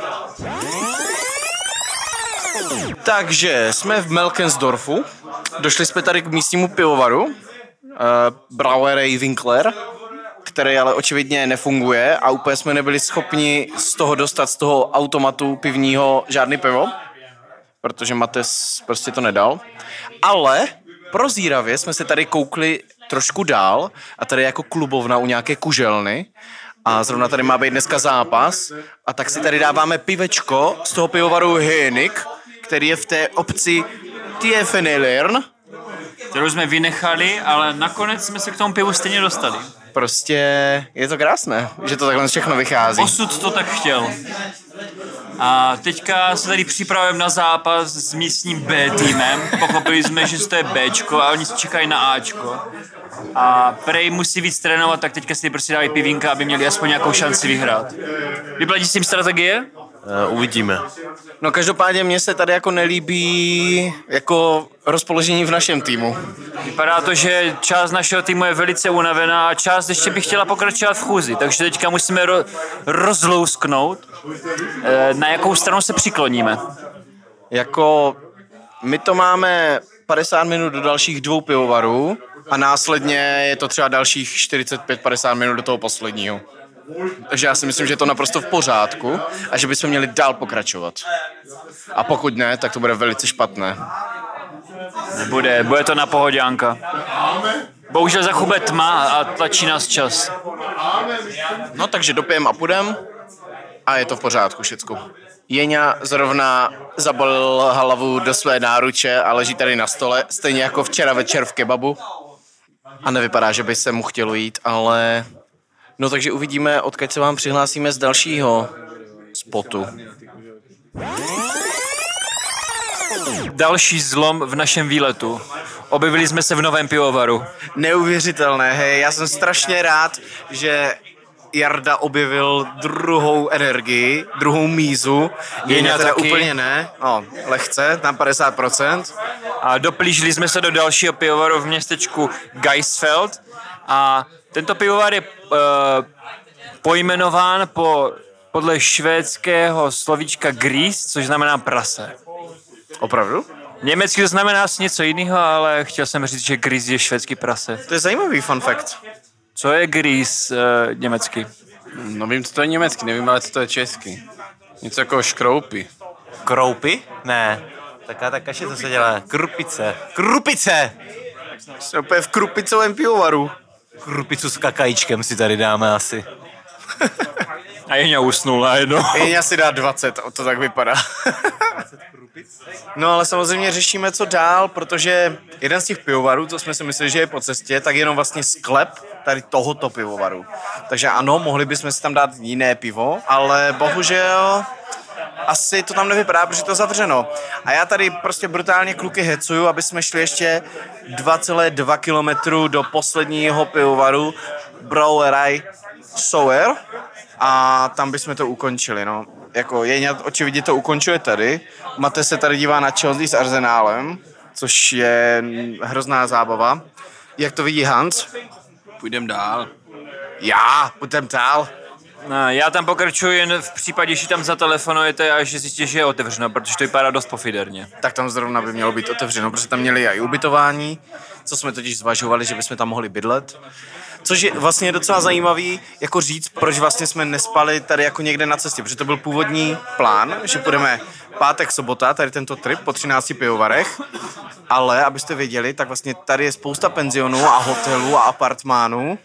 Takže jsme v Melkensdorfu, došli jsme tady k místnímu pivovaru, uh, Brauerei Winkler, který ale očividně nefunguje a úplně jsme nebyli schopni z toho dostat, z toho automatu pivního žádný pivo, protože Mates prostě to nedal. Ale prozíravě jsme se tady koukli trošku dál a tady je jako klubovna u nějaké kuželny a zrovna tady má být dneska zápas a tak si tady dáváme pivečko z toho pivovaru Hönig, který je v té obci Tiefenelern. Kterou jsme vynechali, ale nakonec jsme se k tomu pivu stejně dostali. Prostě je to krásné, že to takhle všechno vychází. Osud to tak chtěl. A teďka se tady připravujeme na zápas s místním B týmem. Pochopili jsme, že to je Bčko a oni čekají na Ačko. A prej musí víc trénovat, tak teďka si prostě dávají pivínka, aby měli aspoň nějakou šanci vyhrát. Vyplatí s tím strategie? Uh, uvidíme. No každopádně mně se tady jako nelíbí jako rozpoložení v našem týmu. Vypadá to, že část našeho týmu je velice unavená a část ještě by chtěla pokračovat v chůzi, takže teďka musíme ro- rozlousknout, e, na jakou stranu se přikloníme. Jako my to máme padesát minut do dalších dvou pivovarů a následně je to třeba dalších čtyřicet pět padesát minut do toho posledního. Takže já si myslím, že je to naprosto v pořádku a že bychom měli dál pokračovat. A pokud ne, tak to bude velice špatné. Bude, bude to na pohodňánka. Bohužel za chube tma a tlačí nás čas. No takže dopijem a půjdem a je to v pořádku všecko. Jeňa zrovna zabalil hlavu do své náruče a leží tady na stole, stejně jako včera večer v kebabu. A nevypadá, že by se mu chtělo jít, ale... No takže uvidíme, odkud se vám přihlásíme z dalšího spotu. Další zlom v našem výletu. Objevili jsme se v novém pivovaru. Neuvěřitelné, hej, já jsem strašně rád, že Jarda objevil druhou energii, druhou mízu. Jeňa teda taky. úplně ne, no, lehce, tam padesát procent. A doplížili jsme se do dalšího pivovaru v městečku Geisfeld a tento pivovar je uh, pojmenován po, podle švédského slovíčka gris, což znamená prase. Opravdu? Německy to znamená asi něco jiného, ale chtěl jsem říct, že gris je švédský prase. To je zajímavý fun fact. Co je gris uh, německy? No vím, co to je německy, nevím, ale co to je česky. Něco jako škroupy. Kroupy? Ne. Taká ta kaše, co se dělá? Krupice. Krupice! Jsme úplně v krupicovém pivovaru. Krupicu s kakajíčkem si tady dáme asi. A Jeňa usnul najednou. Jeňa si dá dvacet, to tak vypadá. No ale samozřejmě řešíme, co dál, protože jeden z těch pivovarů, co jsme si mysleli, že je po cestě, tak jenom vlastně sklep tady tohoto pivovaru. Takže ano, mohli bychom si tam dát jiné pivo, ale bohužel asi to tam nevypadá, protože to je zavřeno. A já tady prostě brutálně kluky hecuju, aby jsme šli ještě dva celé dva kilometru do posledního pivovaru Brauerei Sauer a tam bychom to ukončili, no. Jako Jeňa očividně to ukončuje tady. Mate se tady dívá na Chelsea s Arsenálem, což je hrozná zábava. Jak to vidí Hans? Půjdem dál. Já, půjdem dál. No, já tam pokračuji jen v případě, že tam zatelefonujete a že zjistíte, že je otevřeno, protože to vypadá dost pofiderně. Tak tam zrovna by mělo být otevřeno, protože tam měli i ubytování, co jsme totiž zvažovali, že bychom tam mohli bydlet. Což je vlastně docela zajímavý jako říct, proč vlastně jsme nespali tady jako někde na cestě, protože to byl původní plán, že půjdeme pátek, sobota, tady tento trip po třinácti pivovarech, ale abyste věděli, tak vlastně tady je spousta penzionů a hotelů a apartmánů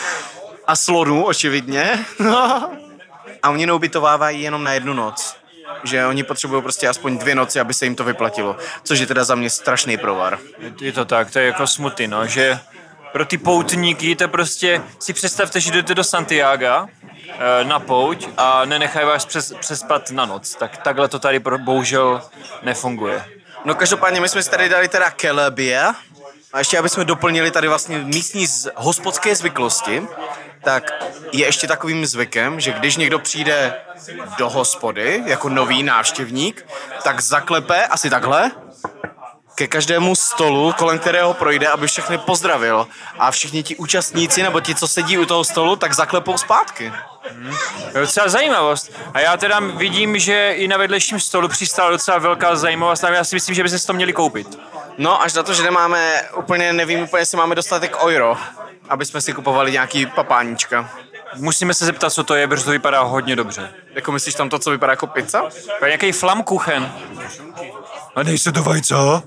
a slonů, očividně. A oni neubytovávají jenom na jednu noc. že oni potřebují prostě aspoň dvě noci, aby se jim to vyplatilo, což je teda za mě strašný provar. Je to tak, to je jako smutný, no, že pro ty poutníky to prostě, si představte, že jdete do Santiaga na pouť a nenechají vás přes, přespat na noc, tak takhle to tady bohužel nefunguje. No každopádně my jsme si tady dali teda kelebie a ještě abychom doplnili tady vlastně místní z hospodské zvyklosti, tak je ještě takovým zvykem, že když někdo přijde do hospody jako nový návštěvník, tak zaklepe asi takhle ke každému stolu, kolem kterého projde, aby všechny pozdravil. A všichni ti účastníci, nebo ti, co sedí u toho stolu, tak zaklepou zpátky. Hmm. To je docela zajímavost. A já teda vidím, že i na vedlejším stolu přistála docela velká zajímavost a já si myslím, že byste si to měli koupit. No, až na to, že nemáme úplně, nevím úplně, jestli máme dostatek euro, aby jsme si kupovali nějaký papáníčka. Musíme se zeptat, co to je, protože to vypadá hodně dobře. Jako myslíš tam to, co vypadá jako pizza? To je nějaký flamkuchen. A dej se do vajca.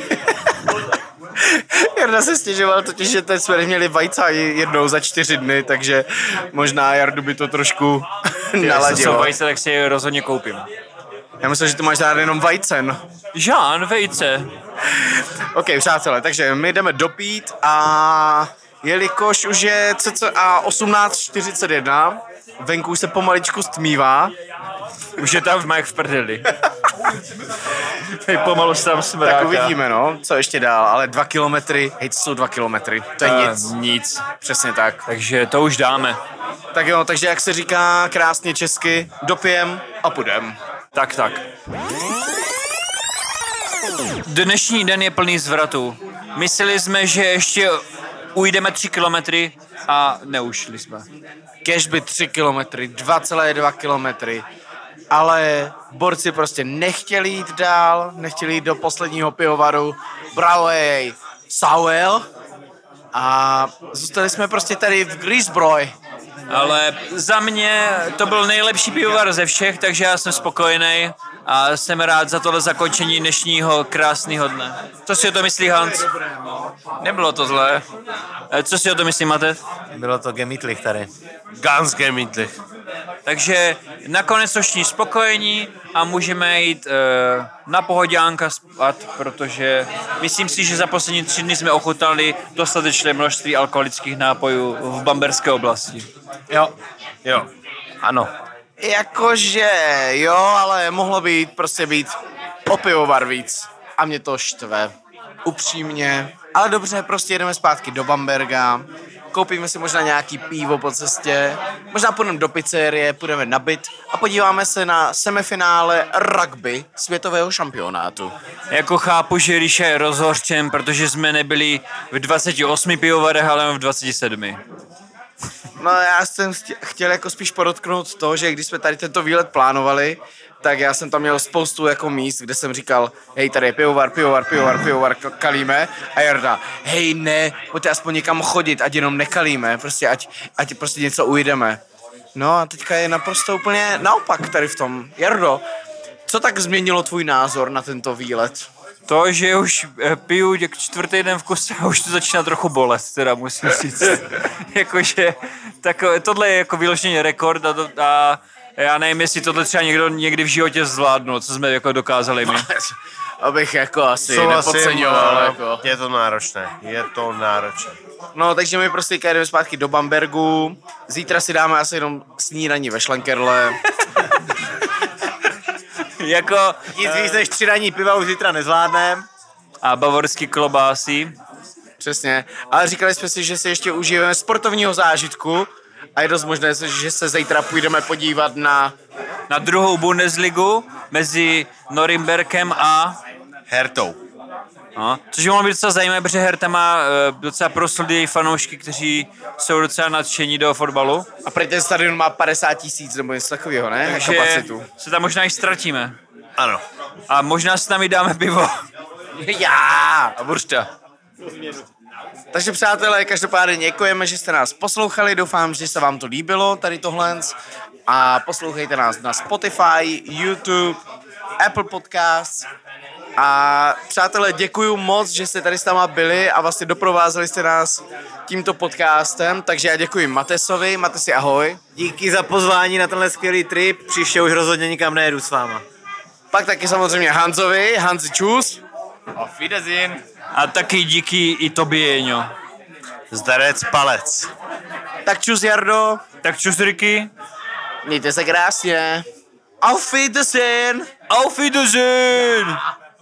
Jarda se stěžoval totiž, že teď jsme neměli vajca jednou za čtyři dny, takže možná Jardu by to trošku naladilo. Jestli jsou vajce, tak si je rozhodně koupím. Já myslím, že tu máš dát jenom vajcen. Žán, vejce. OK, přátelé, takže my jdeme dopít a jelikož už je cca osmnáct čtyřicet jedna, venku už se pomaličku stmívá. Už je tam v Mike v prdeli. Pomalu se tam smráká. Tak uvidíme, no, co ještě dál, ale dva kilometry, hej, to jsou dva kilometry, to je uh, nic. Nic. Přesně tak. Takže to už dáme. Tak jo, takže jak se říká krásně česky, dopijem a půjdem. Tak, tak. Dnešní den je plný zvratů. Mysleli jsme, že ještě ujdeme tři kilometry a neušli jsme. Kež by tři kilometry, dva celé dva kilometry. Ale borci prostě nechtěli jít dál, nechtěli jít do posledního pivovaru Bravej Sauer a zůstali jsme prostě tady v Grisbroj. Ale za mě to byl nejlepší pivovar ze všech, takže já jsem spokojený a jsem rád za tohle zakončení dnešního krásného dne. Co si o to myslí Hans? Nebylo to zlé. Co si o to myslí Mate? Bylo to gemütlich tady. Ganz gemütlich. Takže nakonec jsou všichni spokojení a můžeme jít uh, na pohodňánka spát, protože myslím si, že za poslední tři dny jsme ochutnali dostatečné množství alkoholických nápojů v bamberské oblasti. Jo, jo, ano. Jakože jo, ale mohlo by jít prostě být o pivovar víc. A mě to štve. Upřímně. Ale dobře, prostě jedeme zpátky do Bamberga. Koupíme si možná nějaký pivo po cestě. Možná půjdeme do pizzerie, půjdeme na byt a podíváme se na semifinále rugby světového šampionátu. Jako chápu, že Ríša je rozhořčen, protože jsme nebyli v dvaceti osmi pivovarech, ale v dvaceti sedmi. No já jsem chtěl jako spíš podotknout to, že když jsme tady tento výlet plánovali, tak já jsem tam měl spoustu jako míst, kde jsem říkal, hej, tady je pivovar, pivovar, pivovar, pivovar, kalíme. A Jarda, hej, ne, pojďte aspoň někam chodit, ať jenom nekalíme, prostě ať, ať prostě něco ujdeme. No a teďka je naprosto úplně naopak tady v tom. Jardo, co tak změnilo tvůj názor na tento výlet? To, že už piju jak čtvrtý den v kuse a už to začíná trochu bolet, teda musím říct. Jakože, tak tohle je jako vyloženě rekord a, to, a já nevím, jestli tohle třeba někdo někdy v životě zvládnul, co jsme jako dokázali my. Abych jako asi Souhlasím, nepodceňoval. no, Jako. Je to náročné, je to náročné. No, takže my prostě jdeme zpátky do Bambergu. Zítra si dáme asi jenom snídaní ve Schlenkerle. Jako... Nic víc než tři raní piva už zítra nezvládnem. A bavorský klobásy. Přesně. Ale říkali jsme si, že si ještě užijeme sportovního zážitku a je dost možné, že se zítra půjdeme podívat na... Na druhou Bundesligu mezi Norimberkem a... Hertou. No, což by mohlo být docela zajímavé, protože Herta má uh, docela proslulý fanoušky, kteří jsou docela nadšení do fotbalu. A prý ten stadion má padesát tisíc nebo něco takového, ne? Takže kapacitu. se tam možná i ztratíme. Ano. A možná si tam i dáme pivo. Já! A buršta. Takže přátelé, každopádně děkujeme, že jste nás poslouchali, doufám, že se vám to líbilo, tady tohle. A poslouchejte nás na Spotify, YouTube, Apple Podcasts. A přátelé, děkuju moc, že jste tady s náma byli a vlastně doprovázeli jste nás tímto podcastem, takže já děkuji Matesovi. Matesi, ahoj. Díky za pozvání na tenhle skvělý trip, příště už rozhodně nikam nejedu s váma. Pak taky samozřejmě Hanzovi, Hanzi čus. Auf Wiedersehen. A taky díky i tobě, Jeňo. Zdarec palec. Tak čus, Jardo. Tak čus, Ricky. Mějte se krásně. Auf Wiedersehen. Auf Wiedersehen.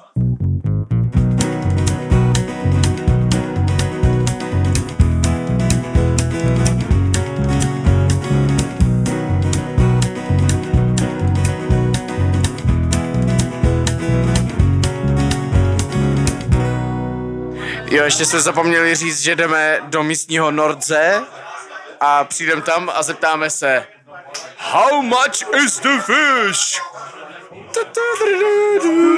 Jo, ještě jsme zapomněli říct, že jdeme do místního Nordze a přijdeme tam a zeptáme se How much is the fish?